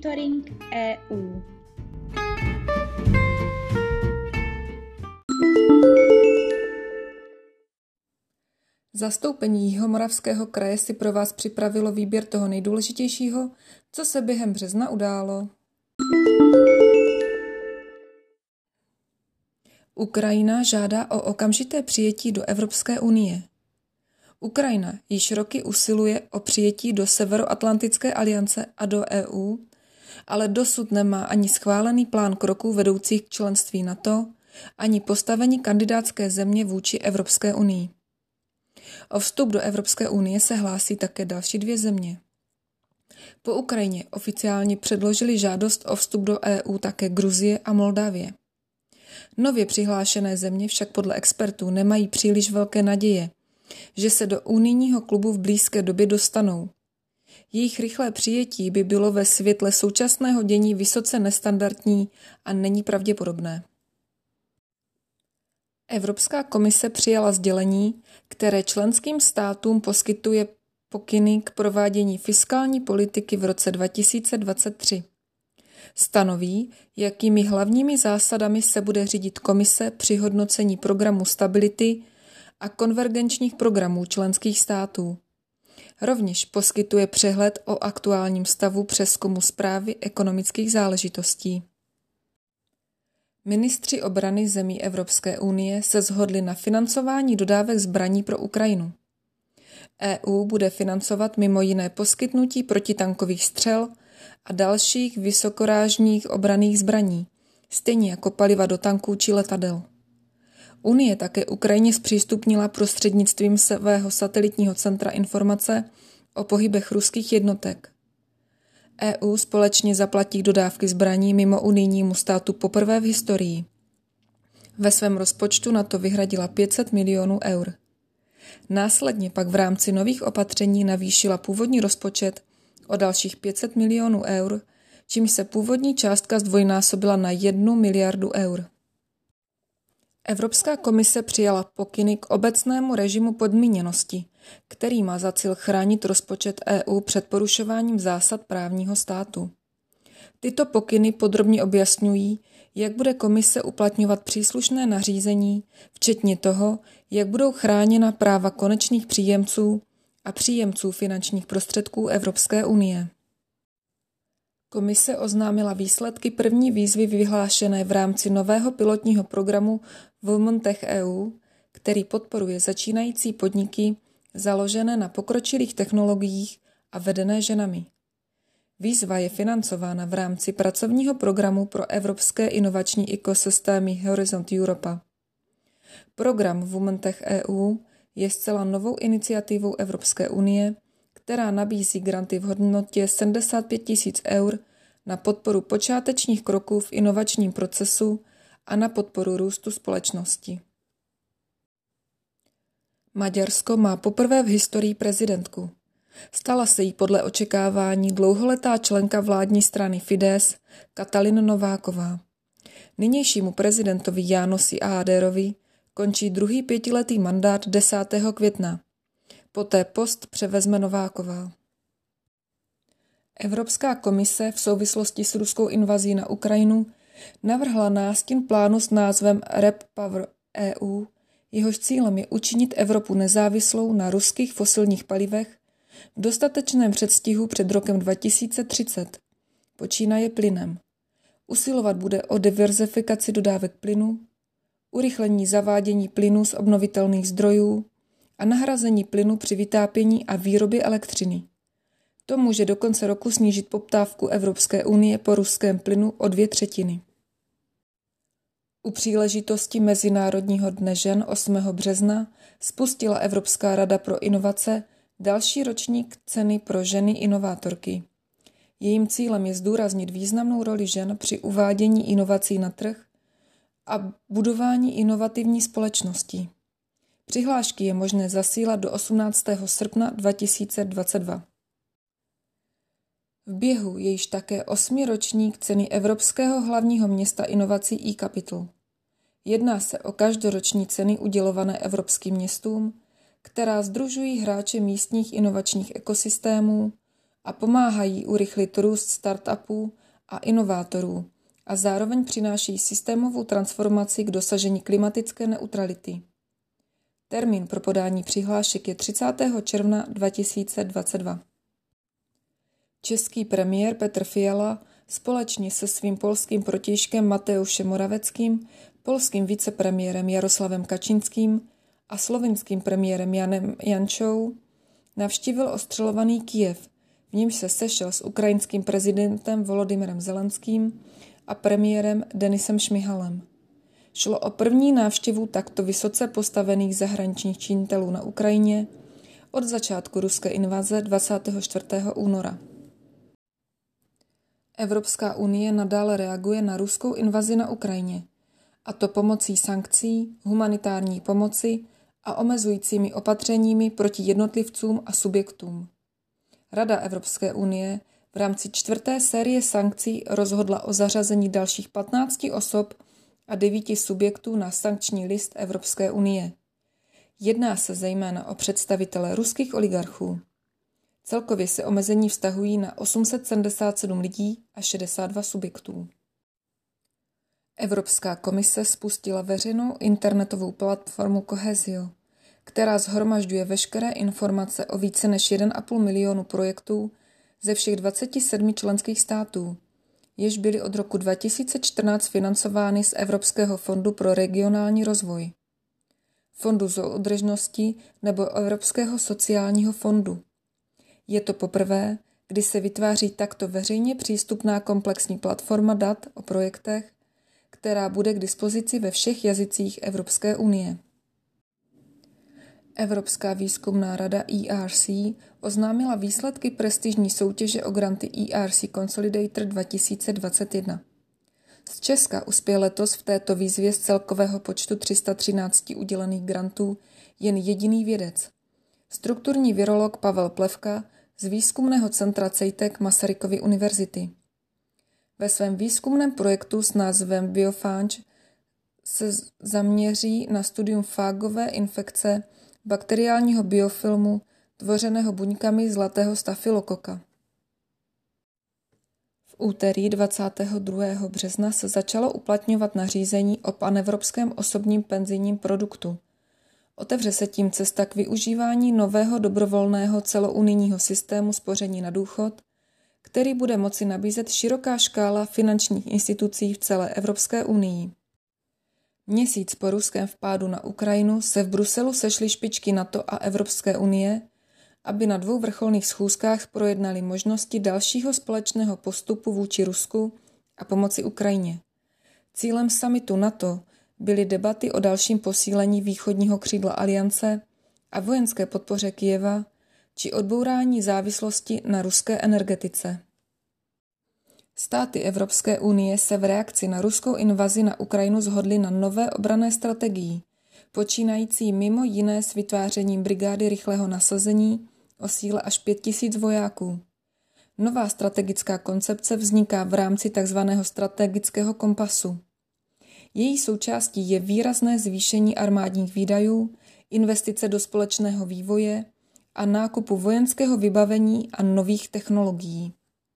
Monitoring EU. Zastoupení Jihomoravského kraje si pro vás připravilo výběr toho nejdůležitějšího, co se během března událo. Ukrajina žádá o okamžité přijetí do Evropské unie. Ukrajina již roky usiluje o přijetí do Severoatlantické aliance a do EU, ale dosud nemá ani schválený plán kroků vedoucích k členství NATO, ani postavení kandidátské země vůči Evropské unii. O vstup do Evropské unie se hlásí také další dvě země. Po Ukrajině oficiálně předložili žádost o vstup do EU také Gruzie a Moldávie. Nově přihlášené země však podle expertů nemají příliš velké naděje, že se do unijního klubu v blízké době dostanou. Jejich rychlé přijetí by bylo ve světle současného dění vysoce nestandardní a není pravděpodobné. Evropská komise přijala sdělení, které členským státům poskytuje pokyny k provádění fiskální politiky v roce 2023. Stanoví, jakými hlavními zásadami se bude řídit komise při hodnocení programu stability a konvergenčních programů členských států. Rovněž poskytuje přehled o aktuálním stavu přezkumu správy ekonomických záležitostí. Ministři obrany zemí Evropské unie se shodli na financování dodávek zbraní pro Ukrajinu. EU bude financovat mimo jiné poskytnutí protitankových střel a dalších vysokorážních obranných zbraní, stejně jako paliva do tanků či letadel. Unie také Ukrajině zpřístupnila prostřednictvím svého satelitního centra informace o pohybech ruských jednotek. EU společně zaplatí dodávky zbraní mimo unijnímu státu poprvé v historii. Ve svém rozpočtu na to vyhradila 500 milionů eur. Následně pak v rámci nových opatření navýšila původní rozpočet o dalších 500 milionů eur, čímž se původní částka zdvojnásobila na 1 miliardu eur. Evropská komise přijala pokyny k obecnému režimu podmíněnosti, který má za cíl chránit rozpočet EU před porušováním zásad právního státu. Tyto pokyny podrobně objasňují, jak bude komise uplatňovat příslušné nařízení, včetně toho, jak budou chráněna práva konečných příjemců a příjemců finančních prostředků Evropské unie. Komise oznámila výsledky první výzvy vyhlášené v rámci nového pilotního programu Women Tech EU, který podporuje začínající podniky založené na pokročilých technologiích a vedené ženami. Výzva je financována v rámci pracovního programu pro evropské inovační ekosystémy Horizont Europa. Program Women Tech EU je zcela novou iniciativou Evropské unie, která nabízí granty v hodnotě 75 000 eur na podporu počátečních kroků v inovačním procesu a na podporu růstu společnosti. Maďarsko má poprvé v historii prezidentku. Stala se jí podle očekávání dlouholetá členka vládní strany Fidesz Katalin Nováková. Nynějšímu prezidentovi Jánosi Áderovi končí druhý pětiletý mandát 10. května. Poté post převezme Nováková. Evropská komise v souvislosti s ruskou invazí na Ukrajinu navrhla nástin plánu s názvem REPower EU, jehož cílem je učinit Evropu nezávislou na ruských fosilních palivech v dostatečném předstihu před rokem 2030, počínaje plynem. Usilovat bude o diverzifikaci dodávek plynu, urychlení zavádění plynu z obnovitelných zdrojů a nahrazení plynu při vytápění a výrobě elektřiny. To může do konce roku snížit poptávku Evropské unie po ruském plynu o 2/3. U příležitosti Mezinárodního dne žen 8. března spustila Evropská rada pro inovace další ročník ceny pro ženy inovátorky. Jejím cílem je zdůraznit významnou roli žen při uvádění inovací na trh a budování inovativní společnosti. Přihlášky je možné zasílat do 18. srpna 2022. V běhu je již také 8. ročník ceny Evropského hlavního města inovací eCapital. Jedná se o každoroční ceny udělované evropským městům, která sdružují hráče místních inovačních ekosystémů a pomáhají urychlit růst startupů a inovátorů a zároveň přináší systémovou transformaci k dosažení klimatické neutrality. Termín pro podání přihlášek je 30. června 2022. Český premiér Petr Fiala společně se svým polským protějškem Mateuszem Moraweckým, polským vicepremiérem Jaroslavem Kačínským a slovinským premiérem Janem Jančou navštívil ostřelovaný Kyjev, v němž se sešel s ukrajinským prezidentem Volodymyrem Zelenským a premiérem Denisem Šmihalem. Šlo o první návštěvu takto vysoce postavených zahraničních činitelů na Ukrajině od začátku ruské invaze 24. února. Evropská unie nadále reaguje na ruskou invazi na Ukrajině, a to pomocí sankcí, humanitární pomoci a omezujícími opatřeními proti jednotlivcům a subjektům. Rada Evropské unie v rámci 4. série sankcí rozhodla o zařazení dalších 15 osob a 9 subjektů na sankční list Evropské unie. Jedná se zejména o představitele ruských oligarchů. Celkově se omezení vztahují na 877 lidí a 62 subjektů. Evropská komise spustila veřejnou internetovou platformu Cohesio, která shromažďuje veškeré informace o více než 1,5 milionu projektů ze všech 27 členských států, jež byly od roku 2014 financovány z Evropského fondu pro regionální rozvoj, Fondu soudržnosti nebo Evropského sociálního fondu. Je to poprvé, kdy se vytváří takto veřejně přístupná komplexní platforma dat o projektech, která bude k dispozici ve všech jazycích Evropské unie. Evropská výzkumná rada ERC oznámila výsledky prestižní soutěže o granty ERC Consolidator 2021. Z Česka uspěl letos v této výzvě z celkového počtu 313 udělených grantů jen jediný vědec. Strukturní virolog Pavel Plevka z výzkumného centra CEITEC Masarykovy univerzity. Ve svém výzkumném projektu s názvem BioFange se zaměří na studium fágové infekce bakteriálního biofilmu tvořeného buňkami zlatého stafylokoka. V úterý 22. března se začalo uplatňovat nařízení o panevropském osobním penzijním produktu. Otevře se tím cesta k využívání nového dobrovolného celounijního systému spoření na důchod, který bude moci nabízet široká škála finančních institucí v celé Evropské unii. Měsíc po ruském vpádu na Ukrajinu se v Bruselu sešly špičky NATO a Evropské unie, aby na 2 vrcholných schůzkách projednali možnosti dalšího společného postupu vůči Rusku a pomoci Ukrajině. Cílem summitu NATO byly debaty o dalším posílení východního křídla aliance a vojenské podpoře Kyjeva či odbourání závislosti na ruské energetice. Státy Evropské unie se v reakci na ruskou invazi na Ukrajinu shodly na nové obranné strategii, počínající mimo jiné s vytvářením brigády rychlého nasazení o síle až 5000 vojáků. Nová strategická koncepce vzniká v rámci tzv. Strategického kompasu. Její součástí je výrazné zvýšení armádních výdajů, investice do společného vývoje a nákupu vojenského vybavení a nových technologií.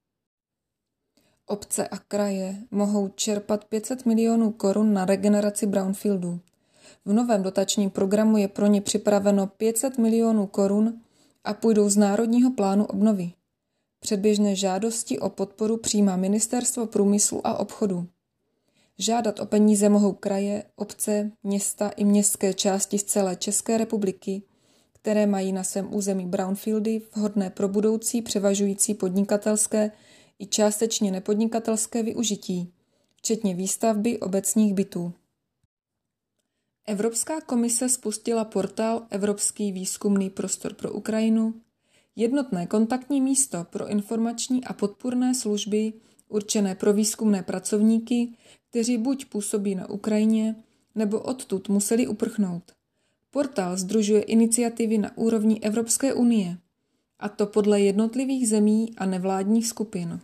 Obce a kraje mohou čerpat 500 milionů korun na regeneraci brownfieldů. V novém dotačním programu je pro ně připraveno 500 milionů korun a půjdou z Národního plánu obnovy. Předběžné žádosti o podporu přijímá Ministerstvo průmyslu a obchodu. Žádat o peníze mohou kraje, obce, města i městské části z celé České republiky, které mají na svém území brownfieldy vhodné pro budoucí převažující podnikatelské i částečně nepodnikatelské využití, včetně výstavby obecních bytů. Evropská komise spustila portál Evropský výzkumný prostor pro Ukrajinu, jednotné kontaktní místo pro informační a podpůrné služby určené pro výzkumné pracovníky, kteří buď působí na Ukrajině, nebo odtud museli uprchnout. Portál sdružuje iniciativy na úrovni Evropské unie, a to podle jednotlivých zemí a nevládních skupin.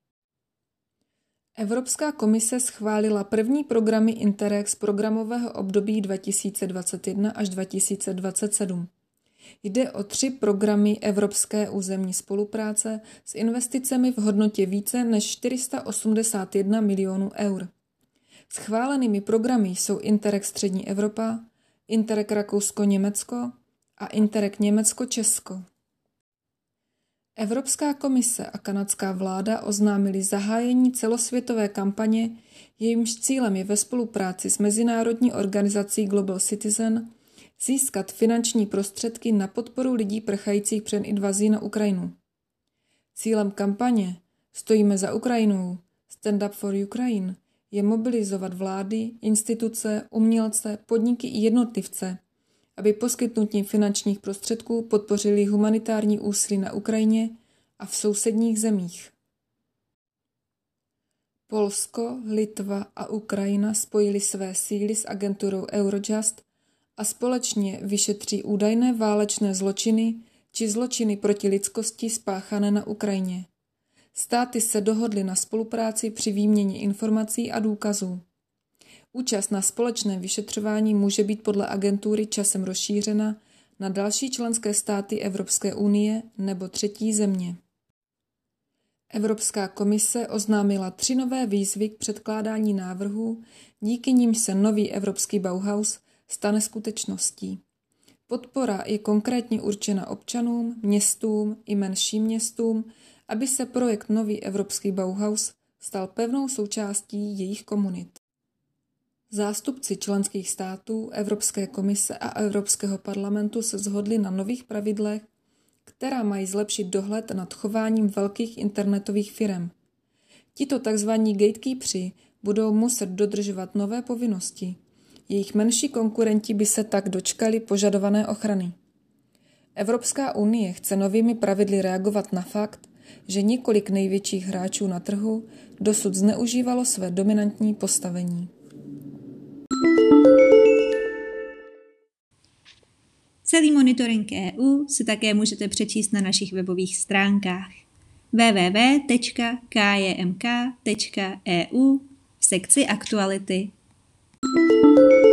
Evropská komise schválila první programy Interreg z programového období 2021 až 2027. Jde o 3 programy evropské územní spolupráce s investicemi v hodnotě více než 481 milionů eur. Schválenými programy jsou Interreg Střední Evropa, Interreg Rakousko-Německo a Interreg Německo-Česko. Evropská komise a kanadská vláda oznámily zahájení celosvětové kampaně, jejímž cílem je ve spolupráci s mezinárodní organizací Global Citizen získat finanční prostředky na podporu lidí prchajících před invazí na Ukrajinu. Cílem kampaně Stojíme za Ukrajinou, Stand Up for Ukraine, je mobilizovat vlády, instituce, umělce, podniky i jednotlivce, aby poskytnutím finančních prostředků podpořili humanitární úsilí na Ukrajině a v sousedních zemích. Polsko, Litva a Ukrajina spojily své síly s agenturou Eurojust a společně vyšetří údajné válečné zločiny či zločiny proti lidskosti spáchané na Ukrajině. Státy se dohodly na spolupráci při výměně informací a důkazů. Účast na společném vyšetřování může být podle agentury časem rozšířena na další členské státy Evropské unie nebo třetí země. Evropská komise oznámila 3 nové výzvy k předkládání návrhů, díky nimž se nový evropský Bauhaus stane skutečností. Podpora je konkrétně určena občanům, městům i menším městům, aby se projekt Nový evropský Bauhaus stal pevnou součástí jejich komunit. Zástupci členských států, Evropské komise a Evropského parlamentu se shodli na nových pravidlech, která mají zlepšit dohled nad chováním velkých internetových firem. Tito tzv. Gatekeepři budou muset dodržovat nové povinnosti. Jejich menší konkurenti by se tak dočkali požadované ochrany. Evropská unie chce novými pravidly reagovat na fakt, že několik největších hráčů na trhu dosud zneužívalo své dominantní postavení. Celý monitoring EU si také můžete přečíst na našich webových stránkách www.kjmk.eu v sekci Aktuality.